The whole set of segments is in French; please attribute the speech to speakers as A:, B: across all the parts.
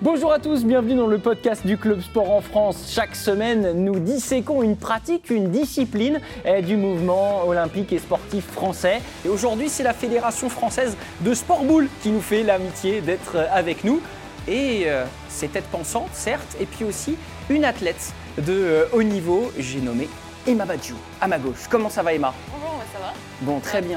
A: Bonjour à tous, bienvenue dans le podcast du Club Sport en France. Chaque semaine, nous disséquons une pratique, une discipline du mouvement olympique et sportif français. Et aujourd'hui, c'est la Fédération française de sport boule qui nous fait l'amitié d'être avec nous. Et c'est tête pensante, certes, et puis aussi une athlète de haut niveau, j'ai nommé Emma Badiou, à ma gauche. Comment ça va, Emma ?
B: Bonjour, ça va ?
A: Bon, très bien.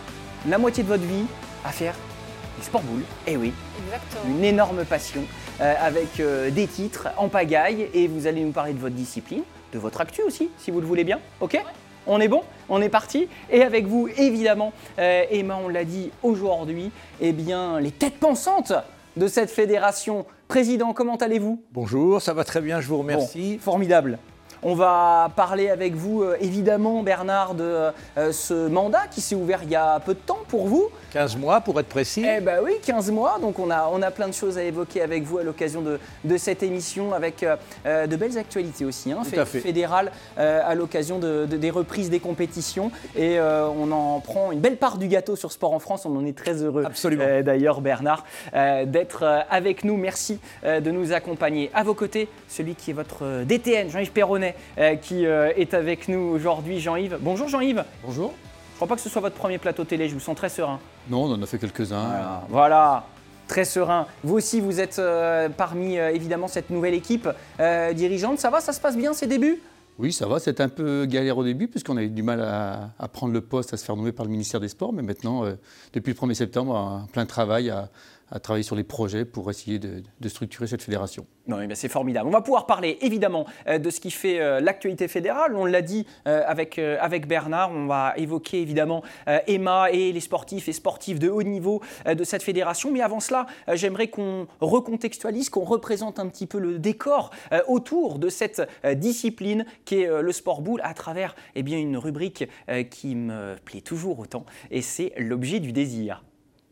A: La moitié de votre vie à faire du sport boule, eh oui.
B: Exactement.
A: Une énorme passion avec des titres en pagaille et vous allez nous parler de votre discipline, de votre actu aussi, si vous le voulez bien. Ok ? Ouais. On est bon ? On est parti ? Et avec vous, évidemment, Emma, on l'a dit aujourd'hui, eh bien, les têtes pensantes de cette fédération. Président, comment allez-vous ?
C: Bonjour, ça va très bien, je vous remercie.
A: Bon, formidable. On va parler avec vous, évidemment, Bernard, de ce mandat qui s'est ouvert il y a peu de temps pour vous.
C: 15 mois, pour être précis.
A: Eh bien oui, 15 mois. Donc on a plein de choses à évoquer avec vous à l'occasion de cette émission, avec de belles actualités aussi, fédérales, à l'occasion des reprises des compétitions. Et on en prend une belle part du gâteau sur Sport en France. On en est très heureux.
C: Absolument.
A: D'ailleurs, Bernard, d'être avec nous. Merci de nous accompagner. À vos côtés, celui qui est votre DTN, Jean-Yves Perronnet, qui est avec nous aujourd'hui. Jean-Yves. Bonjour Jean-Yves.
D: Bonjour.
A: Je ne crois pas que ce soit votre premier plateau télé, je vous sens très serein.
D: Non, on en a fait quelques-uns.
A: Voilà, très serein. Vous aussi, vous êtes parmi évidemment cette nouvelle équipe dirigeante. Ça va, ça se passe bien ces débuts ?
D: Oui, ça va, c'était un peu galère au début puisqu'on a eu du mal à prendre le poste, à se faire nommer par le ministère des Sports. Mais maintenant, depuis le 1er septembre, plein de travail à travailler sur les projets pour essayer de structurer cette fédération.
A: Non, mais c'est formidable. On va pouvoir parler évidemment de ce qui fait l'actualité fédérale. On l'a dit avec Bernard. On va évoquer évidemment Emma et les sportifs et sportives de haut niveau de cette fédération. Mais avant cela, j'aimerais qu'on recontextualise, qu'on représente un petit peu le décor autour de cette discipline qui est le sport boule à travers une rubrique qui me plaît toujours autant. Et c'est l'objet du désir.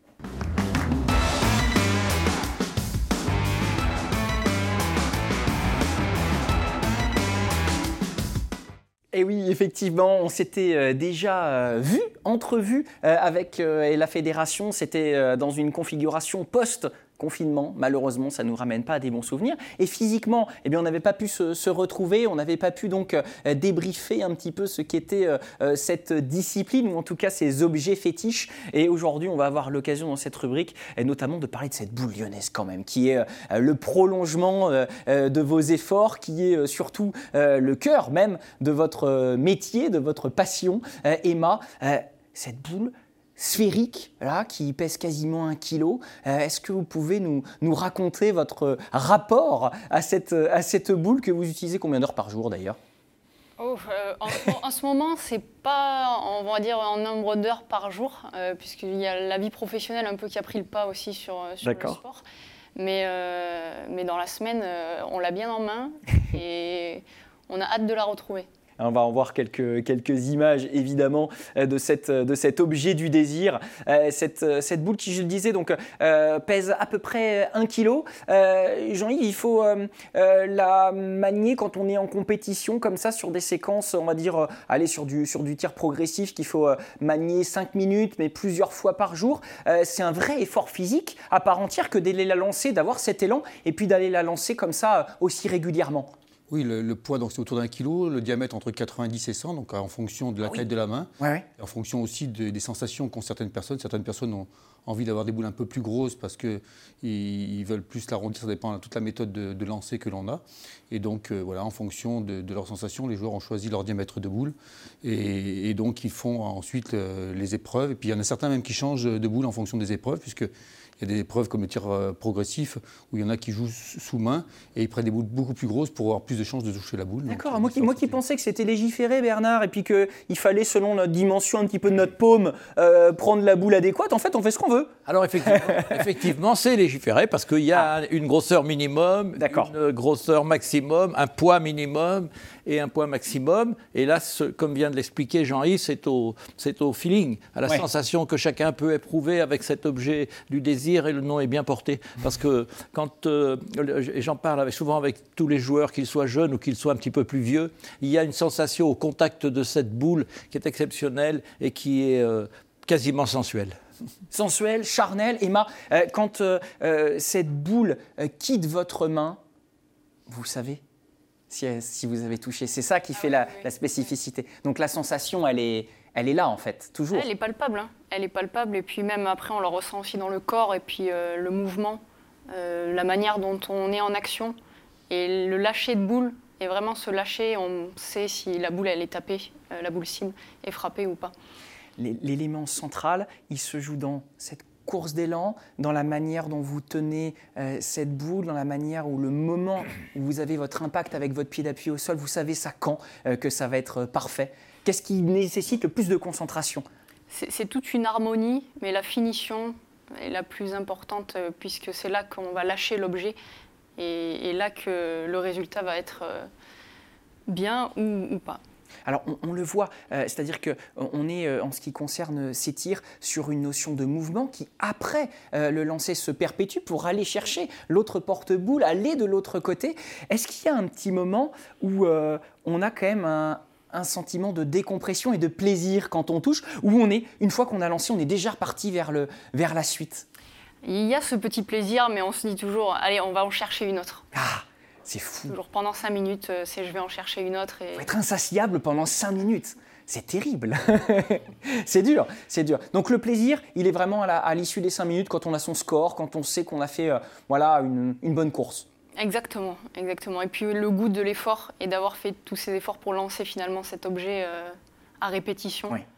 A: Et oui, effectivement, on s'était déjà entrevu avec la fédération. C'était dans une configuration post-confinement. Malheureusement, ça ne nous ramène pas à des bons souvenirs. Et physiquement, on n'avait pas pu se retrouver. On n'avait pas pu donc débriefer un petit peu ce qu'était cette discipline, ou en tout cas ces objets fétiches. Et aujourd'hui, on va avoir l'occasion dans cette rubrique, notamment de parler de cette boule lyonnaise quand même, qui est le prolongement de vos efforts, qui est surtout le cœur même de votre métier, de votre passion. Emma, cette boule sphérique, là, qui pèse quasiment 1 kilo. Est-ce que vous pouvez nous raconter votre rapport à cette boule que vous utilisez combien d'heures par jour d'ailleurs ?
B: En ce moment, c'est pas, on va dire, en nombre d'heures par jour, puisqu'il y a la vie professionnelle un peu qui a pris le pas aussi sur le sport. Mais dans la semaine, on l'a bien en main et on a hâte de la retrouver.
A: On va en voir quelques images, évidemment, de cet objet du désir. Cette boule qui, je le disais, donc, pèse à peu près 1 kg. Jean-Yves, il faut la manier quand on est en compétition, comme ça, sur des séquences, on va dire, aller sur du tir progressif qu'il faut manier 5 minutes, mais plusieurs fois par jour. C'est un vrai effort physique à part entière que d'aller la lancer, d'avoir cet élan, et puis d'aller la lancer comme ça aussi régulièrement.
D: Oui, le poids, donc, c'est autour d'1 kilo, le diamètre entre 90 et 100, donc en fonction de la taille de la main, en fonction aussi des sensations qu'ont certaines personnes. Certaines personnes ont envie d'avoir des boules un peu plus grosses parce qu'ils veulent plus l'arrondir, ça dépend de toute la méthode de lancer que l'on a. Et donc, en fonction de leurs sensations, les joueurs ont choisi leur diamètre de boule. Et donc, ils font ensuite les épreuves. Et puis, il y en a certains même qui changent de boule en fonction des épreuves, puisque il y a des épreuves comme le tir progressif où il y en a qui jouent sous main et ils prennent des boules beaucoup plus grosses pour avoir plus de chances de toucher la boule.
A: D'accord, moi qui pensais que c'était légiféré, Bernard, et puis qu'il fallait, selon notre dimension, un petit peu de notre paume, prendre la boule adéquate. En fait, on fait ce qu'on veut.
C: Alors effectivement, c'est légiféré parce qu'il y a une grosseur minimum, une grosseur maximum, un poids minimum et un poids maximum. Et là, comme vient de l'expliquer Jean-Yves, c'est au feeling, à la sensation que chacun peut éprouver avec cet objet du désir, et le nom est bien porté. Parce que quand, et j'en parle souvent avec tous les joueurs, qu'ils soient jeunes ou qu'ils soient un petit peu plus vieux, il y a une sensation au contact de cette boule qui est exceptionnelle et qui est quasiment sensuelle.
A: Sensuel, charnel. Emma, quand cette boule quitte votre main, vous savez si vous avez touché. C'est ça qui fait la spécificité. Donc la sensation, elle est là en fait, toujours.
B: Elle est palpable. Hein. Elle est palpable et puis même après, on la ressent aussi dans le corps et puis le mouvement, la manière dont on est en action et le lâcher de boule. Et vraiment se lâcher, on sait si la boule elle est tapée, la boule cible est frappée ou pas.
A: L'élément central, il se joue dans cette course d'élan, dans la manière dont vous tenez cette boule, dans la manière où le moment où vous avez votre impact avec votre pied d'appui au sol, vous savez ça quand que ça va être parfait. Qu'est-ce qui nécessite le plus de concentration ?
B: C'est toute une harmonie, mais la finition est la plus importante puisque c'est là qu'on va lâcher l'objet et là que le résultat va être bien ou pas.
A: Alors on le voit, c'est-à-dire qu'on est, en ce qui concerne ces tirs, sur une notion de mouvement qui, après le lancer, se perpétue pour aller chercher l'autre porte-boule, aller de l'autre côté. Est-ce qu'il y a un petit moment où on a quand même un sentiment de décompression et de plaisir quand on touche, où on est, une fois qu'on a lancé, on est déjà reparti vers la suite ?
B: Il y a ce petit plaisir, mais on se dit toujours, allez, on va en chercher une autre.
A: Ah, c'est fou.
B: Toujours pendant 5 minutes, c'est je vais en chercher une autre.
A: Faut être insatiable pendant 5 minutes. C'est terrible. C'est dur. Donc le plaisir, il est vraiment à l'issue des 5 minutes, quand on a son score, quand on sait qu'on a fait une bonne course.
B: Exactement. Et puis le goût de l'effort et d'avoir fait tous ces efforts pour lancer finalement cet objet à répétition. Oui.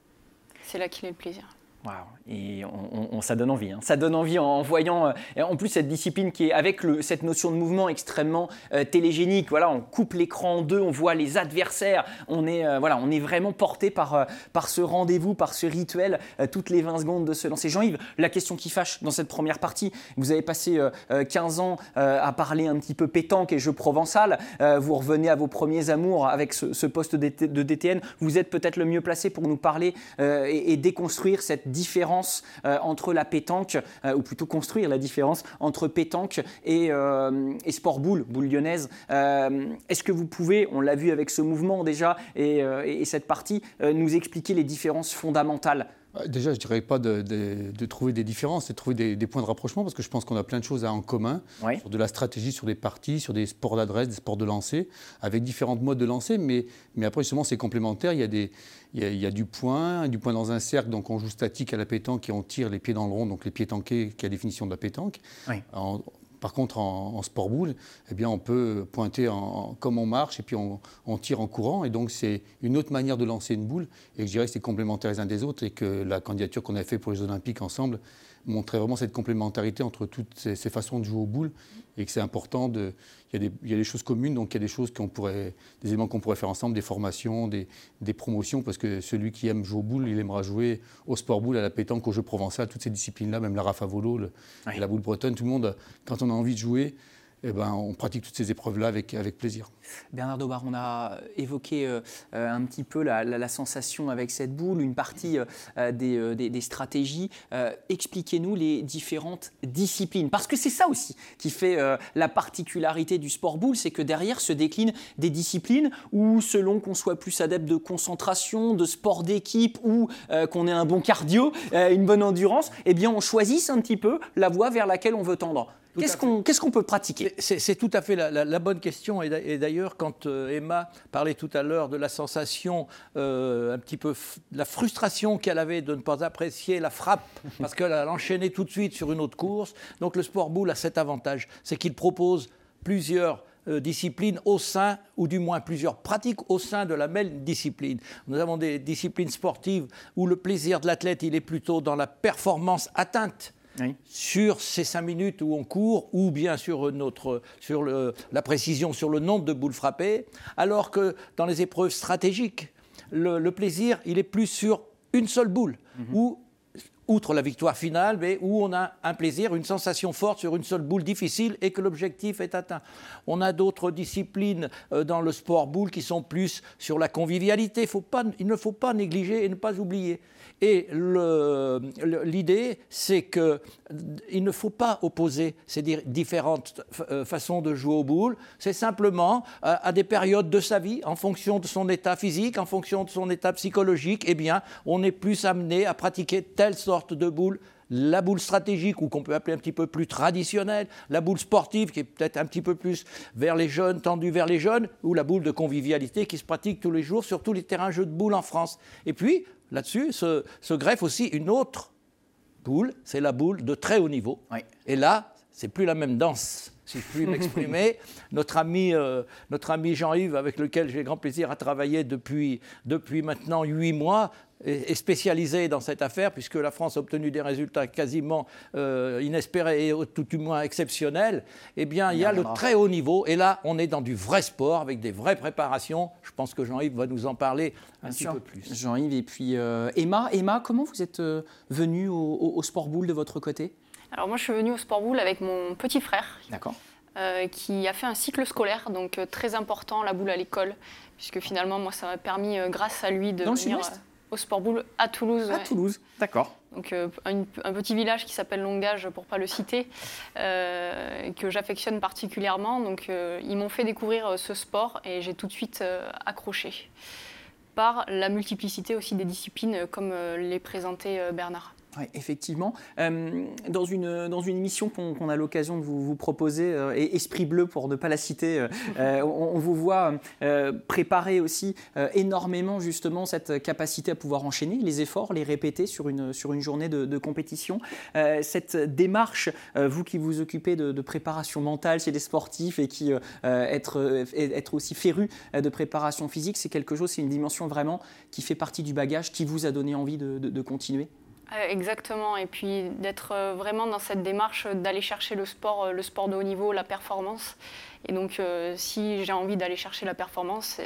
B: C'est là qu'il est le plaisir.
A: Wow. Et ça donne envie. Ça donne envie en voyant, en plus, cette discipline qui est avec cette notion de mouvement extrêmement télégénique. Voilà, on coupe l'écran en deux, on voit les adversaires. On est vraiment porté par ce rendez-vous, par ce rituel, toutes les 20 secondes de se lancer. Jean-Yves, la question qui fâche dans cette première partie, vous avez passé 15 ans à parler un petit peu pétanque et jeu provençal. Vous revenez à vos premiers amours avec ce poste de DTN. Vous êtes peut-être le mieux placé pour nous parler et déconstruire cette différence entre la pétanque, ou plutôt construire la différence entre pétanque et sport boule lyonnaise. Est-ce que vous pouvez, on l'a vu avec ce mouvement déjà et cette partie, nous expliquer les différences fondamentales ?
D: Déjà, je ne dirais pas de trouver des différences, c'est de trouver des points de rapprochement, parce que je pense qu'on a plein de choses en commun, sur de la stratégie, sur des parties, sur des sports d'adresse, des sports de lancer, avec différents modes de lancer, mais après, justement, c'est complémentaire. Il y a du point dans un cercle, donc on joue statique à la pétanque et on tire les pieds dans le rond, donc les pieds tankés, qui est la définition de la pétanque. Oui. Par contre, en sport boule, eh bien, on peut pointer comme on marche et puis on tire en courant. Et donc, c'est une autre manière de lancer une boule. Et je dirais que c'est complémentaire les uns des autres et que la candidature qu'on a faite pour les Jeux Olympiques ensemble montrait vraiment cette complémentarité entre toutes ces façons de jouer aux boules et que c'est important. Il y a des choses communes, donc il y a des choses des éléments qu'on pourrait faire ensemble, des formations, des promotions, parce que celui qui aime jouer aux boules, il aimera jouer au sport boule, à la pétanque, au jeu provençal, toutes ces disciplines-là, même la rafa volo, la boule bretonne, tout le monde, quand on a envie de jouer, eh ben, on pratique toutes ces épreuves-là avec plaisir.
A: Bernard Daubard, on a évoqué un petit peu la sensation avec cette boule, une partie des stratégies. Expliquez-nous les différentes disciplines, parce que c'est ça aussi qui fait la particularité du sport boule, c'est que derrière se déclinent des disciplines où, selon qu'on soit plus adepte de concentration, de sport d'équipe ou qu'on ait un bon cardio, une bonne endurance, eh bien on choisisse un petit peu la voie vers laquelle on veut tendre. Qu'est-ce qu'on peut pratiquer ?
C: C'est tout à fait la bonne question. Et d'ailleurs, quand Emma parlait tout à l'heure de la sensation, un petit peu la frustration qu'elle avait de ne pas apprécier la frappe, parce qu'elle a enchaîné tout de suite sur une autre course. Donc le sport boule a cet avantage, c'est qu'il propose plusieurs disciplines au sein, ou du moins plusieurs pratiques au sein de la même discipline. Nous avons des disciplines sportives où le plaisir de l'athlète, il est plutôt dans la performance atteinte. Oui. Sur ces 5 minutes où on court, ou bien sur la précision sur le nombre de boules frappées, alors que dans les épreuves stratégiques, le plaisir, il est plus sur une seule boule, où, outre la victoire finale, mais où on a un plaisir, une sensation forte sur une seule boule difficile et que l'objectif est atteint. On a d'autres disciplines dans le sport boule qui sont plus sur la convivialité. Il ne faut pas négliger et ne pas oublier. Et l'idée, c'est qu'il ne faut pas opposer ces différentes façons de jouer aux boules. C'est simplement, à des périodes de sa vie, en fonction de son état physique, en fonction de son état psychologique, eh bien, on est plus amené à pratiquer telle sorte sortes de boules. La boule stratégique, ou qu'on peut appeler un petit peu plus traditionnelle, la boule sportive, qui est peut-être un petit peu plus vers les jeunes, tendue vers les jeunes, ou la boule de convivialité qui se pratique tous les jours sur tous les terrains jeux de boules en France. Et puis, là-dessus, se greffe aussi une autre boule, c'est la boule de très haut niveau. Oui. Et là, c'est plus la même danse, si je puis m'exprimer. Notre ami Jean-Yves, avec lequel j'ai grand plaisir à travailler depuis maintenant 8 mois, est spécialisé dans cette affaire, puisque la France a obtenu des résultats quasiment inespérés et tout du moins exceptionnels. Eh bien, il y a le très haut niveau, et là, on est dans du vrai sport, avec des vraies préparations. Je pense que Jean-Yves va nous en parler un petit peu plus.
A: Jean-Yves, et puis Emma, comment vous êtes venue au sport boule de votre côté?
B: Alors moi, je suis venue au sport boule avec mon petit frère.
A: D'accord.
B: Qui a fait un cycle scolaire, donc très important, la boule à l'école, puisque finalement, moi, ça m'a permis, grâce à lui, de venir au sport boule à Toulouse.
A: À Toulouse, d'accord.
B: Donc un petit village qui s'appelle Longage, pour ne pas le citer, que j'affectionne particulièrement. Donc ils m'ont fait découvrir ce sport et j'ai tout de suite accroché par la multiplicité aussi des disciplines, comme les présentait Bernard.
A: Oui, effectivement. Dans une émission qu'on a l'occasion de vous proposer, Esprit Bleu pour ne pas la citer, on vous voit préparer aussi énormément justement cette capacité à pouvoir enchaîner les efforts, les répéter sur une journée de compétition. Cette démarche, vous qui vous occupez de préparation mentale chez les sportifs et qui être aussi féru de préparation physique, c'est quelque chose, c'est une dimension vraiment qui fait partie du bagage, qui vous a donné envie de continuer?
B: Exactement, et puis d'être vraiment dans cette démarche d'aller chercher le sport de haut niveau, la performance. Et donc si j'ai envie d'aller chercher la performance,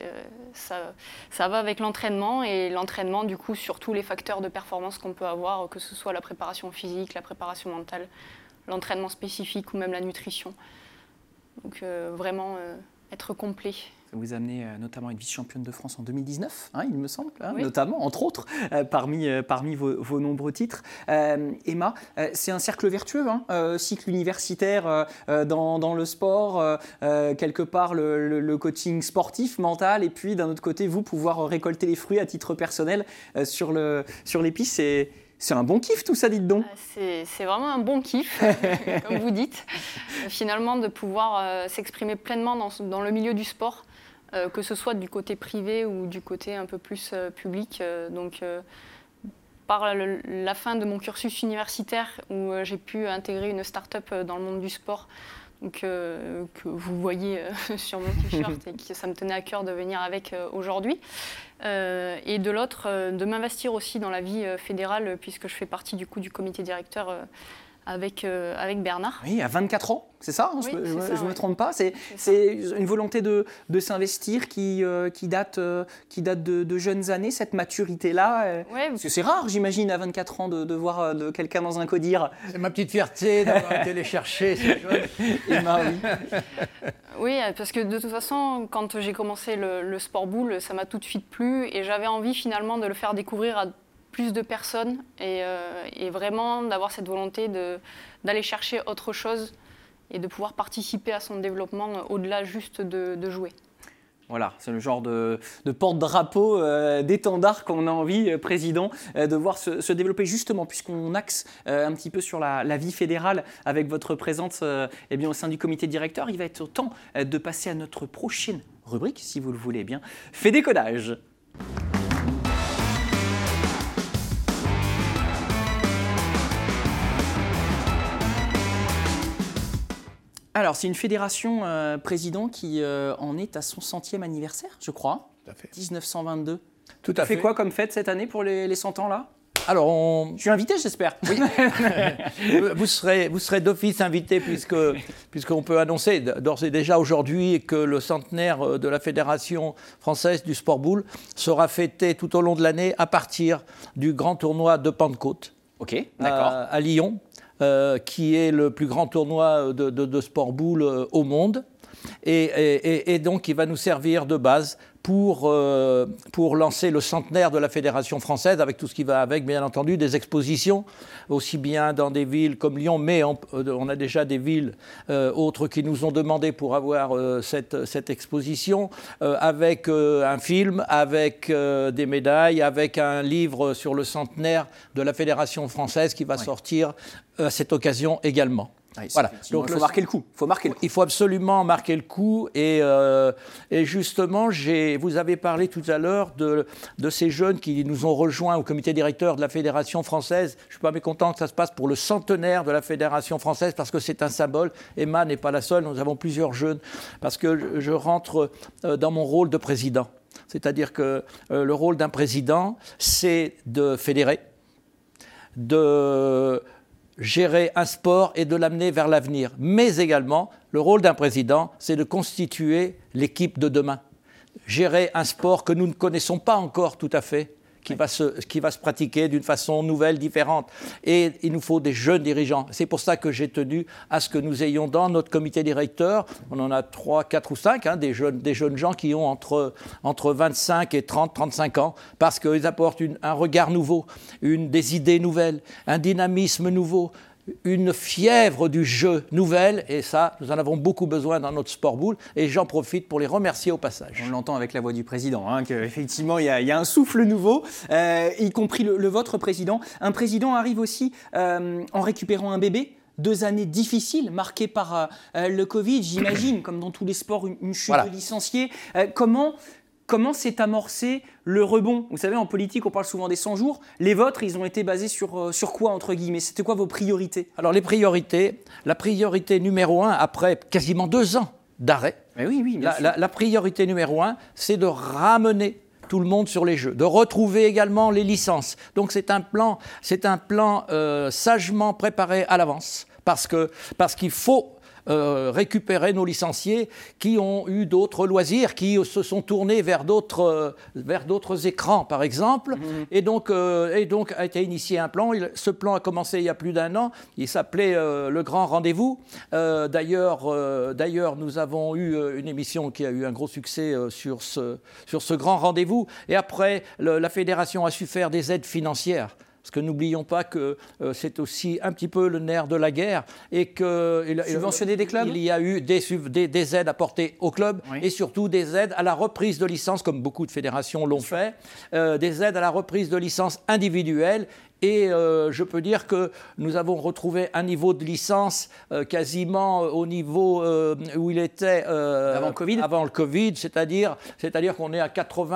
B: ça va avec l'entraînement, et l'entraînement du coup sur tous les facteurs de performance qu'on peut avoir, que ce soit la préparation physique, la préparation mentale, l'entraînement spécifique ou même la nutrition. Donc vraiment être complet.
A: Vous amenez notamment une vice-championne de France en 2019, il me semble, oui. Notamment, entre autres, parmi vos nombreux titres. Emma, c'est un cercle vertueux, cycle universitaire dans le sport, quelque part le coaching sportif, mental, et puis d'un autre côté, vous pouvoir récolter les fruits à titre personnel sur les pistes. C'est un bon kiff tout ça, dites donc.
B: C'est vraiment un bon kiff, comme vous dites. Finalement, de pouvoir s'exprimer pleinement dans le milieu du sport, que ce soit du côté privé ou du côté un peu plus public. Par la fin de mon cursus universitaire, où j'ai pu intégrer une start-up dans le monde du sport, que vous voyez sur mon t-shirt et que ça me tenait à cœur de venir avec aujourd'hui. Et de l'autre, de m'investir aussi dans la vie fédérale, puisque je fais partie du comité directeur avec Bernard.
A: Oui, à 24 ans, c'est ça,
B: oui,
A: je ne me trompe pas. C'est une volonté de s'investir qui date de jeunes années, cette maturité-là.
B: Ouais.
A: Parce que c'est rare, j'imagine, à 24 ans, de voir quelqu'un dans un codir.
C: C'est ma petite fierté d'avoir été les chercher, ces jeunes.
A: Emma, oui.
B: Oui, parce que de toute façon, quand j'ai commencé le sport boule, ça m'a tout de suite plu, et j'avais envie finalement de le faire découvrir à plus de personnes, et vraiment d'avoir cette volonté d'aller chercher autre chose et de pouvoir participer à son développement au-delà juste de jouer.
A: Voilà, c'est le genre de porte-drapeau, d'étendard qu'on a envie, Président, de voir se développer, justement, puisqu'on axe un petit peu sur la vie fédérale avec votre présence au sein du comité directeur. Il va être temps de passer à notre prochaine rubrique, si vous le voulez bien, Fédécodage. Alors, c'est une fédération, Président, qui en est à son 100e anniversaire, je crois.
C: Tout à fait.
A: 1922.
C: Tout à fait.
A: Fait quoi comme fête cette année pour les 100 ans, là?
C: Alors,
A: Je suis invité, j'espère.
C: Oui. vous serez d'office invité, puisqu'on peut annoncer d'ores et déjà aujourd'hui que le centenaire de la Fédération française du sport boule sera fêté tout au long de l'année à partir du grand tournoi de Pentecôte.
A: Ok, d'accord.
C: À Lyon. Qui est le plus grand tournoi de sport boule au monde. Et donc, il va nous servir de base pour lancer le centenaire de la Fédération française, avec tout ce qui va avec, bien entendu, des expositions, aussi bien dans des villes comme Lyon, mais on a déjà des villes autres qui nous ont demandé pour avoir cette exposition, avec un film, avec des médailles, avec un livre sur le centenaire de la Fédération française qui va sortir à cette occasion également.
A: Oui, voilà. Donc il faut marquer le coup.
C: Il faut absolument marquer le coup. Et justement, vous avez parlé tout à l'heure de ces jeunes qui nous ont rejoints au comité directeur de la Fédération française. Je ne suis pas mécontent que ça se passe pour le centenaire de la Fédération française parce que c'est un symbole. Emma n'est pas la seule, nous avons plusieurs jeunes. Parce que je rentre dans mon rôle de président. C'est-à-dire que le rôle d'un président, c'est de fédérer, de gérer un sport et de l'amener vers l'avenir. Mais également, le rôle d'un président, c'est de constituer l'équipe de demain. Gérer un sport que nous ne connaissons pas encore tout à fait, qui va se pratiquer d'une façon nouvelle, différente. Et il nous faut des jeunes dirigeants. C'est pour ça que j'ai tenu à ce que nous ayons dans notre comité directeur, on en a 3, 4 ou 5, des jeunes gens qui ont entre 25 et 30, 35 ans, parce qu'ils apportent un regard nouveau, des idées nouvelles, un dynamisme nouveau, une fièvre du jeu nouvelle, et ça, nous en avons beaucoup besoin dans notre sport boule, et j'en profite pour les remercier au passage.
A: On l'entend avec la voix du président, qu'effectivement, il y a un souffle nouveau, y compris le vôtre président. Un président arrive aussi en récupérant un bébé. 2 années difficiles, marquées par le Covid, j'imagine, comme dans tous les sports, une chute de licenciés. Comment s'est amorcé le rebond? Vous savez, en politique, on parle souvent des 100 jours. Les vôtres, ils ont été basés sur quoi, entre guillemets? C'était quoi vos priorités?
C: Alors, les priorités, la priorité numéro 1, après quasiment 2 ans d'arrêt, la priorité numéro 1, c'est de ramener tout le monde sur les jeux, de retrouver également les licences. Donc, c'est un plan sagement préparé à l'avance, parce qu'il faut récupérer nos licenciés qui ont eu d'autres loisirs, qui se sont tournés vers d'autres écrans, par exemple. Et donc a été initié un plan. Ce plan a commencé il y a plus d'1 an. Il s'appelait Le Grand Rendez-vous. D'ailleurs, nous avons eu une émission qui a eu un gros succès sur ce Grand Rendez-vous. Et après, la fédération a su faire des aides financières. Parce que n'oublions pas que c'est aussi un petit peu le nerf de la guerre et que
A: subventionner des clubs.
C: Il y a eu des aides apportées aux clubs et surtout des aides à la reprise de licence, comme beaucoup de fédérations l'ont fait, des aides à la reprise de licence individuelle. Et je peux dire que nous avons retrouvé un niveau de licence quasiment au niveau où il était avant le Covid, c'est-à-dire qu'on est à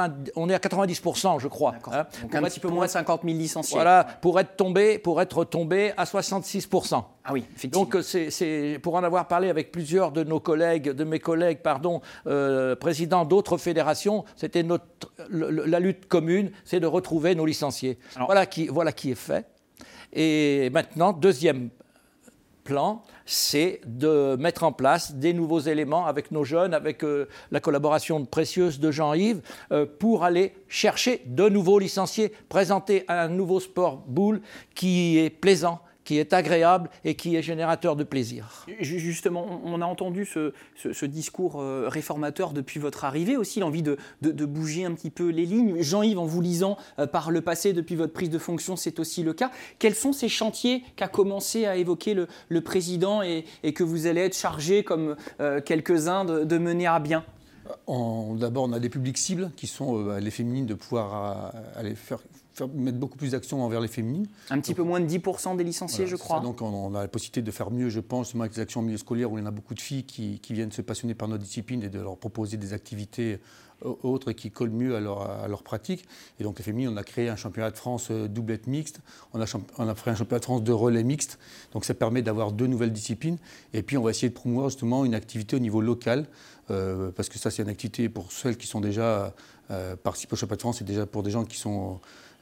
C: 90%, je crois.
A: Donc un petit peu moins de 50 000 licenciés.
C: Voilà, pour être tombé à 66%.
A: Ah oui, effectivement.
C: Donc, c'est pour en avoir parlé avec plusieurs de mes collègues, présidents d'autres fédérations, c'était la lutte commune, c'est de retrouver nos licenciés. Alors, voilà qui est fait. Et maintenant, deuxième plan, c'est de mettre en place des nouveaux éléments avec nos jeunes, avec la collaboration précieuse de Jean-Yves, pour aller chercher de nouveaux licenciés, présenter un nouveau sport boule qui est plaisant, qui est agréable et qui est générateur de plaisir.
A: Justement, on a entendu ce discours réformateur depuis votre arrivée aussi, l'envie de bouger un petit peu les lignes. Jean-Yves, en vous lisant par le passé, depuis votre prise de fonction, c'est aussi le cas. Quels sont ces chantiers qu'a commencé à évoquer le président et que vous allez être chargé, comme quelques-uns, de mener à bien?
D: D'abord, on a des publics cibles qui sont les féminines, de pouvoir aller mettre beaucoup plus d'action envers les féminines.
A: Un petit peu moins de 10% des licenciés, je crois.
D: Ça, donc on a la possibilité de faire mieux, je pense, avec des actions en milieu scolaire où il y en a beaucoup de filles qui viennent se passionner par notre discipline et de leur proposer des activités autres qui collent mieux à leur pratique. Et donc les féminines, on a créé un championnat de France doublette mixte, on a fait un championnat de France de relais mixte, donc ça permet d'avoir 2 nouvelles disciplines. Et puis on va essayer de promouvoir justement une activité au niveau local, parce que ça c'est une activité pour celles qui sont déjà participent au championnat de France, c'est déjà pour des gens qui sont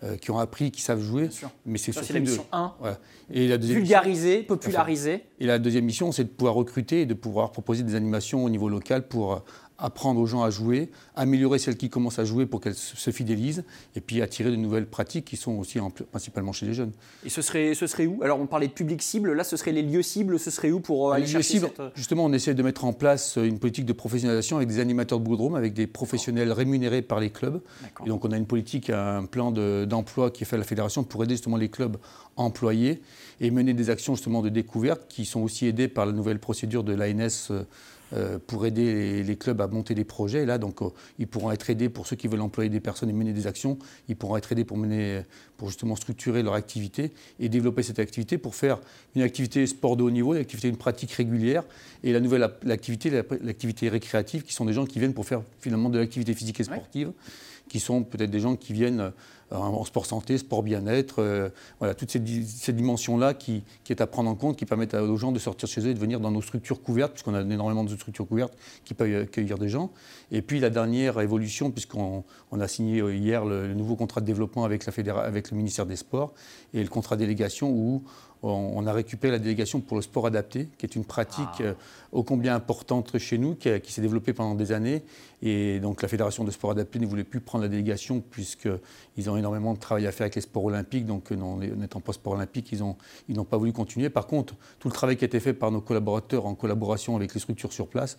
D: qui ont appris, qui savent jouer.
A: Mais c'est la mission 1.
D: Voilà. Et la deuxième
A: vulgariser, populariser.
D: Et la deuxième mission, c'est de pouvoir recruter et de pouvoir proposer des animations au niveau local pour apprendre aux gens à jouer, améliorer celles qui commencent à jouer pour qu'elles se fidélisent, et puis attirer de nouvelles pratiques qui sont aussi principalement chez les jeunes.
A: Et ce serait où? Alors on parlait de public cible, là ce serait les lieux cibles, ce serait où pour aller chercher
D: Justement, on essaie de mettre en place une politique de professionnalisation avec des animateurs de boulodrome, avec des professionnels rémunérés par les clubs. Et donc on a une politique, un plan d'emploi qui est fait à la fédération pour aider justement les clubs à employer et mener des actions justement de découverte qui sont aussi aidées par la nouvelle procédure de l'ANS pour aider les clubs à monter des projets. Et là, donc, ils pourront être aidés pour ceux qui veulent employer des personnes et mener des actions. Ils pourront être aidés pour justement structurer leur activité et développer cette activité pour faire une activité sport de haut niveau, une pratique régulière et la nouvelle l'activité récréative, qui sont des gens qui viennent pour faire finalement de l'activité physique et sportive, qui sont peut-être des gens qui viennent en sport santé, sport bien-être, voilà, toute cette dimension-là qui est à prendre en compte, qui permettent aux gens de sortir de chez eux et de venir dans nos structures couvertes, puisqu'on a énormément de structures couvertes qui peuvent accueillir des gens. Et puis la dernière évolution, puisqu'on a signé hier le nouveau contrat de développement avec le ministère des Sports et le contrat de délégation où on a récupéré la délégation pour le sport adapté, qui est une pratique ô combien importante chez nous, qui s'est développée pendant des années. Et donc la Fédération de sport adapté ne voulait plus prendre la délégation puisqu'ils ont énormément de travail à faire avec les sports olympiques. Donc n'étant pas sport olympique, ils n'ont pas voulu continuer. Par contre, tout le travail qui a été fait par nos collaborateurs en collaboration avec les structures sur place,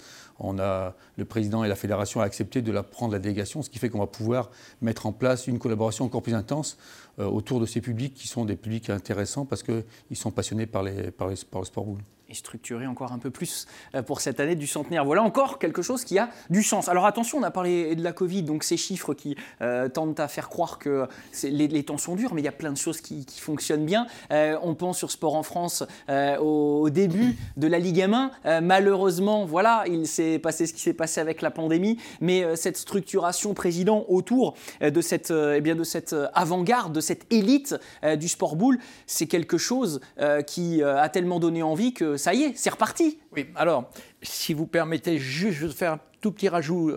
D: le président et la Fédération ont accepté de la prendre la délégation, ce qui fait qu'on va pouvoir mettre en place une collaboration encore plus intense autour de ces publics qui sont des publics intéressants parce qu'ils sont passionnés par le sport boule.
A: Et structurer encore un peu plus pour cette année du centenaire. Voilà encore quelque chose qui a du sens. Alors attention, on a parlé de la Covid, donc ces chiffres qui tendent à faire croire que les temps sont durs, mais il y a plein de choses qui fonctionnent bien. On pense sur Sport en France au début de la Ligue M1. Malheureusement, voilà, il s'est passé ce qui s'est passé avec la pandémie, mais cette structuration, président, autour de cette avant-garde, de cette élite du sport boule, c'est quelque chose qui a tellement donné envie que ça y est, c'est reparti.
C: Oui, alors, si vous permettez juste de faire un tout petit rajout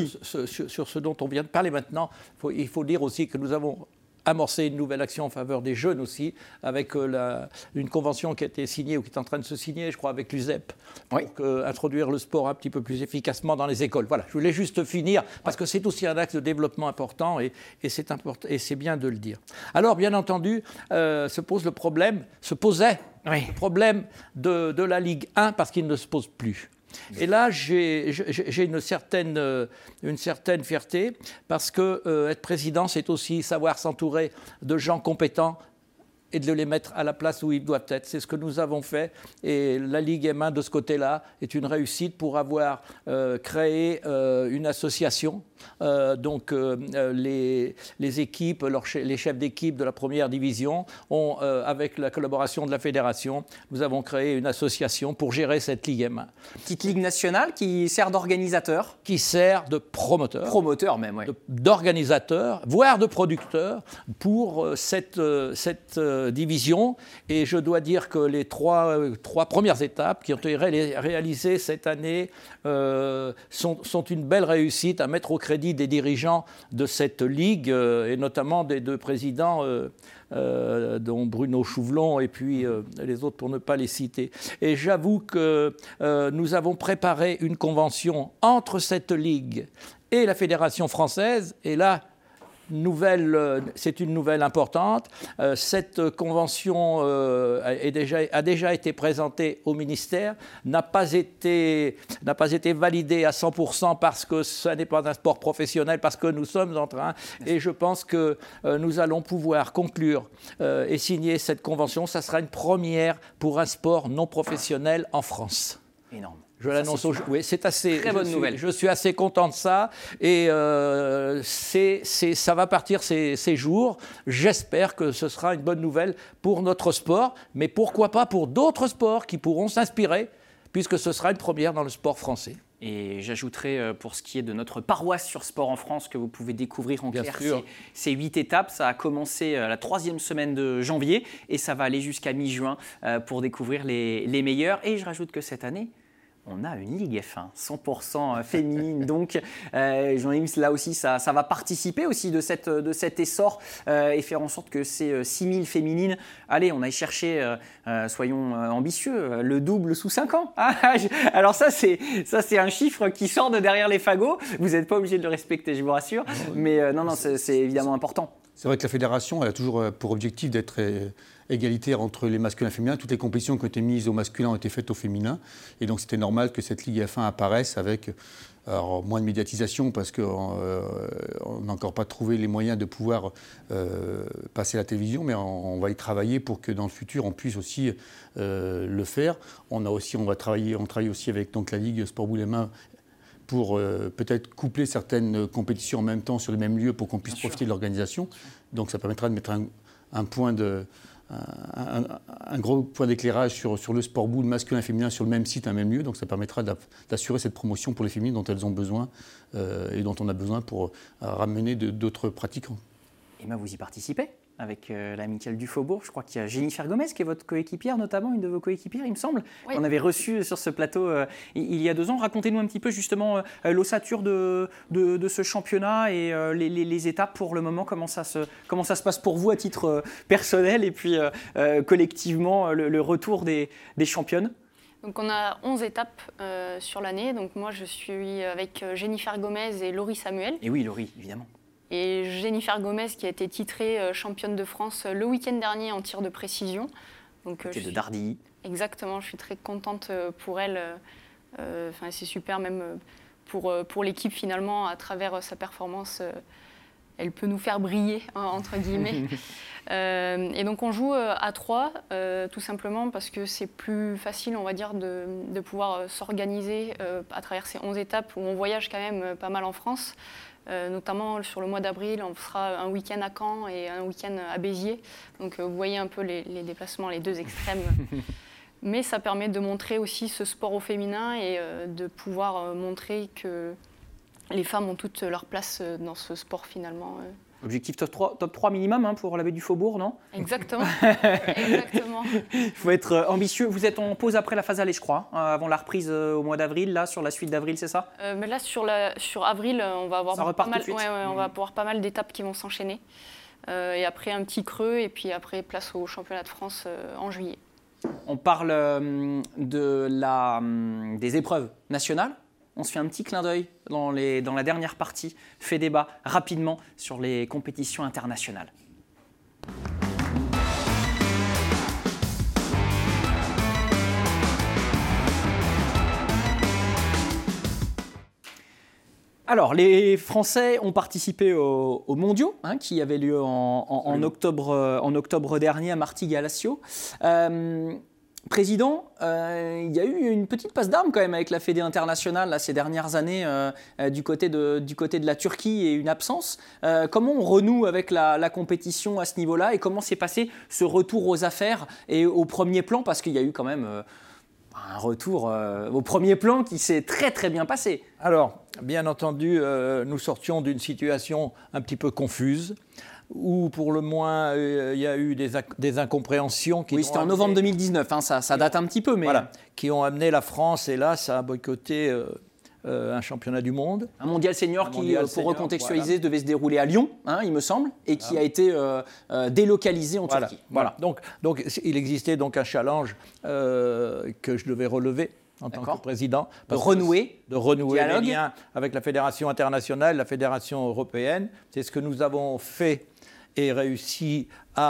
C: sur ce dont on vient de parler maintenant, il faut dire aussi que nous avons amorcé une nouvelle action en faveur des jeunes aussi, avec une convention qui a été signée ou qui est en train de se signer, je crois, avec l'USEP, pour introduire le sport un petit peu plus efficacement dans les écoles. Voilà, je voulais juste finir, parce que c'est aussi un axe de développement important et c'est bien de le dire. Alors, bien entendu, se posait le problème de la Ligue 1, parce qu'il ne se pose plus. Et là, j'ai une certaine fierté, parce que être président, c'est aussi savoir s'entourer de gens compétents et de les mettre à la place où ils doivent être. C'est ce que nous avons fait. Et la Ligue M1, de ce côté-là, est une réussite pour avoir créé une association. Les équipes, les chefs d'équipe de la première division ont, avec la collaboration de la fédération, nous avons créé une association pour gérer cette Ligue M1.
A: Petite Ligue nationale qui sert d'organisateur.
C: Qui sert de promoteur.
A: Promoteur même, oui.
C: D'organisateur, voire de producteur pour cette division. Et je dois dire que les trois premières étapes qui ont été réalisées cette année sont une belle réussite à mettre au crédit des dirigeants de cette ligue et notamment des deux présidents dont Bruno Chouvelon et puis les autres pour ne pas les citer. Et j'avoue que nous avons préparé une convention entre cette ligue et la Fédération française, et là, c'est une nouvelle importante. Cette convention a déjà été présentée au ministère, n'a pas été validée à 100% parce que ce n'est pas un sport professionnel, parce que nous sommes en train, et je pense que nous allons pouvoir conclure et signer cette convention. Ça sera une première pour un sport non professionnel en France.
A: Énorme.
C: Je l'annonce aujourd'hui. Oui, c'est assez.
A: Très bonne nouvelle.
C: Je suis assez content de ça. Et ça va partir ces jours. J'espère que ce sera une bonne nouvelle pour notre sport, mais pourquoi pas pour d'autres sports qui pourront s'inspirer, puisque ce sera une première dans le sport français.
A: Et j'ajouterai pour ce qui est de notre paroisse sur Sport en France que vous pouvez découvrir en clair ces 8 étapes. Ça a commencé la 3e semaine de janvier et ça va aller jusqu'à mi-juin pour découvrir les meilleurs. Et je rajoute que cette année, on a une Ligue F1 100% féminine. Donc, Jean-Yves, là aussi, ça va participer aussi de cet essor et faire en sorte que ces 6000 féminines, allez, on aille chercher, soyons ambitieux, le double sous 5 ans. Alors ça, c'est un chiffre qui sort de derrière les fagots. Vous n'êtes pas obligé de le respecter, je vous rassure. Mais non, c'est évidemment important.
D: C'est vrai que la fédération elle a toujours pour objectif d'être égalitaire entre les masculins et les féminins. Toutes les compétitions qui ont été mises au masculin ont été faites au féminin. Et donc c'était normal que cette Ligue F1 apparaisse avec moins de médiatisation parce qu'on n'a encore pas trouvé les moyens de pouvoir passer à la télévision, mais on va y travailler pour que dans le futur on puisse aussi le faire. On travaille aussi avec donc, la Ligue Sport Boule et Main pour peut-être coupler certaines compétitions en même temps sur le même lieu pour qu'on puisse profiter de l'organisation. Donc ça permettra de mettre un gros point d'éclairage sur le sport boule masculin et féminin sur le même site, un même lieu. Donc ça permettra d'assurer cette promotion pour les féminines dont elles ont besoin et dont on a besoin pour ramener d'autres pratiquants.
A: Emma, vous y participez avec l'amicale du Faubourg. Je crois qu'il y a Jennifer Gomez qui est votre coéquipière, notamment une de vos coéquipières, il me semble. Oui. On avait reçu sur ce plateau il y a 2 ans. Racontez-nous un petit peu justement l'ossature de ce championnat et les étapes pour le moment. Comment ça se passe pour vous à titre personnel et puis collectivement le retour des championnes?
B: Donc on a 11 étapes sur l'année. Donc moi je suis avec Jennifer Gomez et Laurie Samuel.
A: Et oui, Laurie, évidemment.
B: Et Jennifer Gomez qui a été titrée championne de France le week-end dernier en tir de précision. Donc,
A: de Dardilly.
B: Exactement, je suis très contente pour elle. C'est super même pour l'équipe finalement, à travers sa performance, elle peut nous faire briller, entre guillemets. Et donc on joue à 3, tout simplement parce que c'est plus facile, on va dire, de pouvoir s'organiser à travers ces 11 étapes où on voyage quand même pas mal en France. Notamment sur le mois d'avril, on fera un week-end à Caen et un week-end à Béziers. Donc vous voyez un peu les déplacements, les 2 extrêmes. Mais ça permet de montrer aussi ce sport au féminin et de pouvoir montrer que les femmes ont toute leur place dans ce sport finalement.
A: Objectif top 3 minimum pour la baie du Faubourg, non?
B: Exactement. Exactement.
A: Il faut être ambitieux. Vous êtes en pause après la phase aller, je crois, avant la reprise au mois d'avril, là, sur la suite d'avril, c'est ça?
B: Mais là, sur avril, on va avoir
A: on
B: va avoir pas mal d'étapes qui vont s'enchaîner. Et après, un petit creux, et puis après, place au championnat de France en juillet.
A: On parle des épreuves nationales. On se fait un petit clin d'œil dans la dernière partie, fait débat rapidement sur les compétitions internationales. Alors, les Français ont participé aux mondiaux qui avaient lieu en octobre dernier à Martigues-Alassio. Président, il y a eu une petite passe d'armes quand même avec la Fédé internationale là, ces dernières années du côté de la Turquie et une absence. Comment on renoue avec la compétition à ce niveau-là et comment s'est passé ce retour aux affaires et au premier plan, parce qu'il y a eu quand même un retour au premier plan qui s'est très très bien passé.
C: Alors, bien entendu, nous sortions d'une situation un petit peu confuse, où pour le moins il y a eu des incompréhensions.
A: Oui, c'était en novembre 2019, ça date un petit peu. Mais... Voilà,
C: qui ont amené la France, hélas, à boycotter un championnat du monde.
A: Un mondial senior qui, pour recontextualiser, voilà, devait se dérouler à Lyon, il me semble, et qui a été délocalisé en Turquie.
C: Voilà. Donc il existait donc un challenge que je devais relever en tant que président.
A: De renouer
C: les liens avec la Fédération internationale, la Fédération européenne. C'est ce que nous avons fait et réussi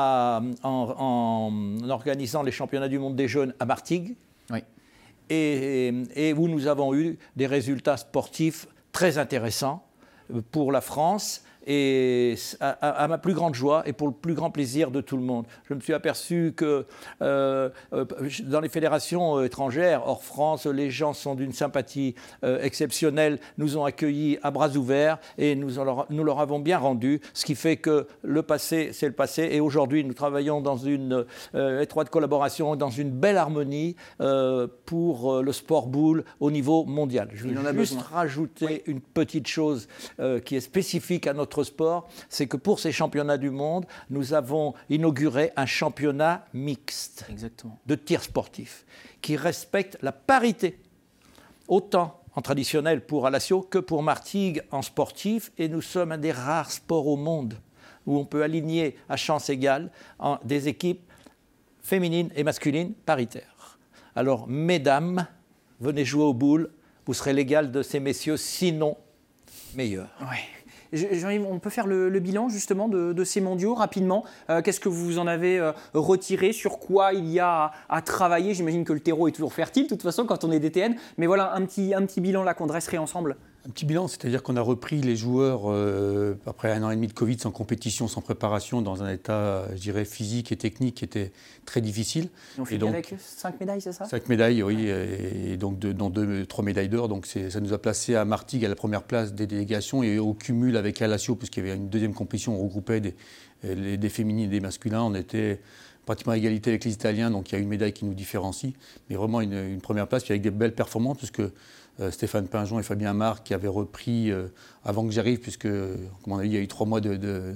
C: en organisant les championnats du monde des jeunes à Martigues.
A: Oui.
C: Et où nous avons eu des résultats sportifs très intéressants pour la France. Et à ma plus grande joie et pour le plus grand plaisir de tout le monde. Je me suis aperçu que dans les fédérations étrangères, hors France, les gens sont d'une sympathie exceptionnelle, nous ont accueillis à bras ouverts et nous leur avons bien rendu, ce qui fait que le passé, c'est le passé. Et aujourd'hui, nous travaillons dans une étroite collaboration, dans une belle harmonie pour le sport boule au niveau mondial. Je veux juste rajouter une petite chose qui est spécifique à notre sport, c'est que pour ces championnats du monde, nous avons inauguré un championnat mixte.
A: Exactement.
C: De tir sportif qui respecte la parité autant en traditionnel pour Alassio que pour Martigues en sportif. Et nous sommes un des rares sports au monde où on peut aligner à chance égale des équipes féminines et masculines paritaires. Alors, mesdames, venez jouer aux boules, vous serez l'égal de ces messieurs, sinon meilleurs.
A: Ouais. Jean-Yves, on peut faire le bilan justement de ces mondiaux rapidement. Qu'est-ce que vous en avez retiré? Sur quoi il y a à travailler? J'imagine que le terreau est toujours fertile de toute façon quand on est DTN. Mais voilà, un petit bilan là qu'on dresserait ensemble.
D: Un petit bilan, c'est-à-dire qu'on a repris les joueurs après 1 an et demi de Covid, sans compétition, sans préparation, dans un état, je dirais, physique et technique qui était très difficile.
A: Et on finit donc, avec 5 médailles, c'est ça?
D: 5 médailles, oui, et donc dont 3 médailles d'or. Donc ça nous a placé à Martigues à la première place des délégations et au cumul avec Alassio, puisqu'il y avait une deuxième compétition, on regroupait des féminines et des masculins. On était pratiquement à égalité avec les Italiens, donc il y a une médaille qui nous différencie. Mais vraiment une première place, puis avec des belles performances, puisque Stéphane Pinjon et Fabien Marc qui avaient repris avant que j'arrive, puisque, comme on a dit, il y a eu 3 mois de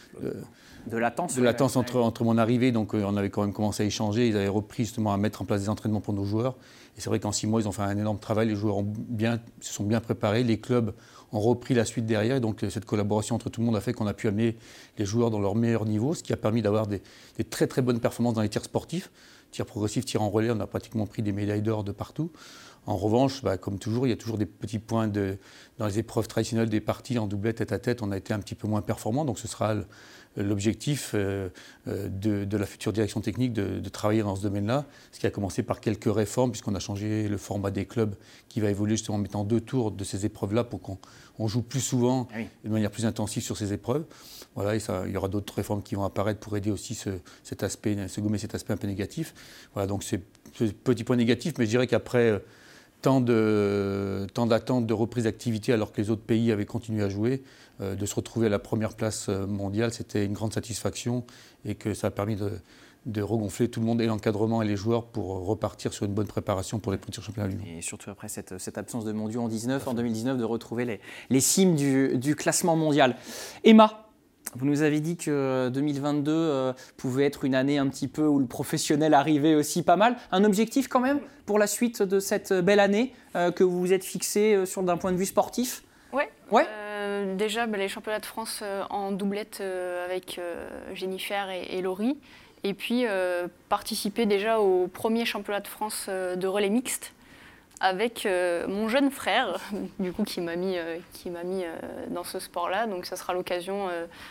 D: latence entre mon arrivée, donc on avait quand même commencé à échanger. Ils avaient repris justement à mettre en place des entraînements pour nos joueurs. Et c'est vrai qu'en 6 mois, ils ont fait un énorme travail. Les joueurs se sont bien préparés. Les clubs ont repris la suite derrière. Et donc cette collaboration entre tout le monde a fait qu'on a pu amener les joueurs dans leur meilleur niveau, ce qui a permis d'avoir des très très bonnes performances dans les tirs sportifs. Tir progressif, tir en relais, on a pratiquement pris des médailles d'or de partout. En revanche, comme toujours, il y a toujours des petits points dans les épreuves traditionnelles des parties en doublette tête-à-tête. On a été un petit peu moins performant, donc ce sera l'objectif de la future direction technique de travailler dans ce domaine-là, ce qui a commencé par quelques réformes, puisqu'on a changé le format des clubs qui va évoluer justement en mettant 2 tours de ces épreuves-là pour qu'on joue plus souvent et de manière plus intensive sur ces épreuves. Voilà, et il y aura d'autres réformes qui vont apparaître pour aider aussi gommer cet aspect un peu négatif. Voilà, donc c'est petit point négatif, mais je dirais qu'après tant d'attentes de reprise d'activité alors que les autres pays avaient continué à jouer, de se retrouver à la première place mondiale, c'était une grande satisfaction et que ça a permis de regonfler tout le monde et l'encadrement et les joueurs pour repartir sur une bonne préparation pour les futurs championnats du monde.
A: Et surtout après cette absence de mondiaux en 2019, de retrouver les cimes du classement mondial. Emma, vous nous avez dit que 2022 pouvait être une année un petit peu où le professionnel arrivait aussi pas mal. Un objectif quand même pour la suite de cette belle année que vous vous êtes fixé d'un point de vue sportif?
B: Ouais. Déjà, les championnats de France en doublette avec Jennifer et Laurie. Et puis participer déjà au premier championnat de France de relais mixte avec mon jeune frère, du coup, qui m'a mis dans ce sport-là. Donc ça sera l'occasion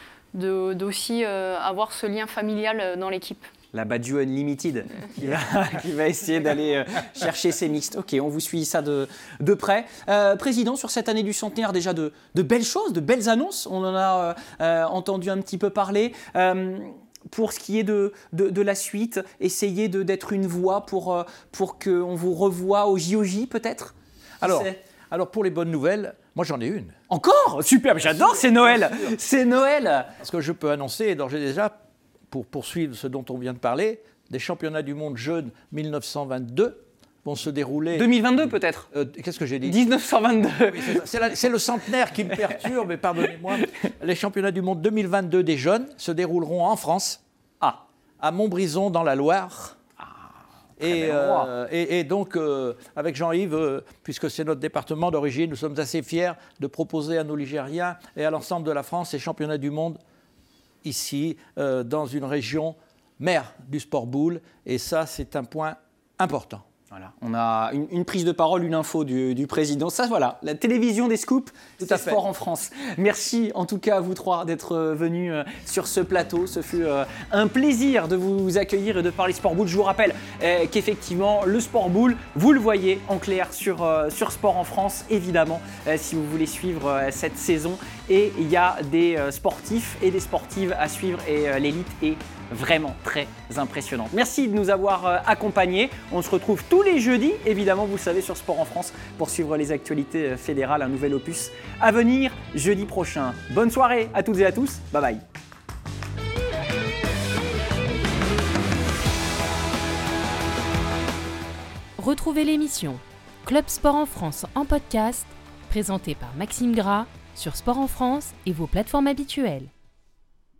B: d'aussi avoir ce lien familial dans l'équipe.
A: La Badiou Unlimited qui va essayer d'aller chercher ses mixtes. Ok, on vous suit ça de près. Président, sur cette année du centenaire, déjà de belles choses, de belles annonces. On en a entendu un petit peu parler. Pour ce qui est de la suite, essayer d'être une voix pour qu'on vous revoie au JOJ peut-être?
C: Alors pour les bonnes nouvelles, moi j'en ai une.
A: Encore? Super, j'adore, c'est Noël. C'est Noël.
C: Parce que je peux annoncer d'ores et déjà, pour poursuivre ce dont on vient de parler, des championnats du monde jeunes 1922 vont se dérouler...
A: 2022 peut-être?
C: Qu'est-ce que j'ai dit?
A: 1922.
C: Oui, c'est le centenaire qui me perturbe, mais pardonnez-moi. Les championnats du monde 2022 des jeunes se dérouleront en France, à Montbrison dans la Loire. Et donc, avec Jean-Yves, puisque c'est notre département d'origine, nous sommes assez fiers de proposer à nos Ligériens et à l'ensemble de la France ces championnats du monde ici, dans une région mère du sport boule. Et ça, c'est un point important.
A: Voilà, on a une prise de parole, une info du président. Ça, voilà, la télévision des scoops, c'est sport en France. Merci en tout cas à vous 3 d'être venus sur ce plateau. Ce fut un plaisir de vous accueillir et de parler sport boule. Je vous rappelle qu'effectivement, le sport boule, vous le voyez en clair sur Sport en France, évidemment, si vous voulez suivre cette saison. Et il y a des sportifs et des sportives à suivre et l'élite est vraiment très impressionnante. Merci de nous avoir accompagnés. On se retrouve tous les jeudis, évidemment, vous le savez, sur Sport en France pour suivre les actualités fédérales. Un nouvel opus à venir jeudi prochain. Bonne soirée à toutes et à tous. Bye bye.
E: Retrouvez l'émission Club Sport en France en podcast, présentée par Maxime Gras sur Sport en France et vos plateformes habituelles.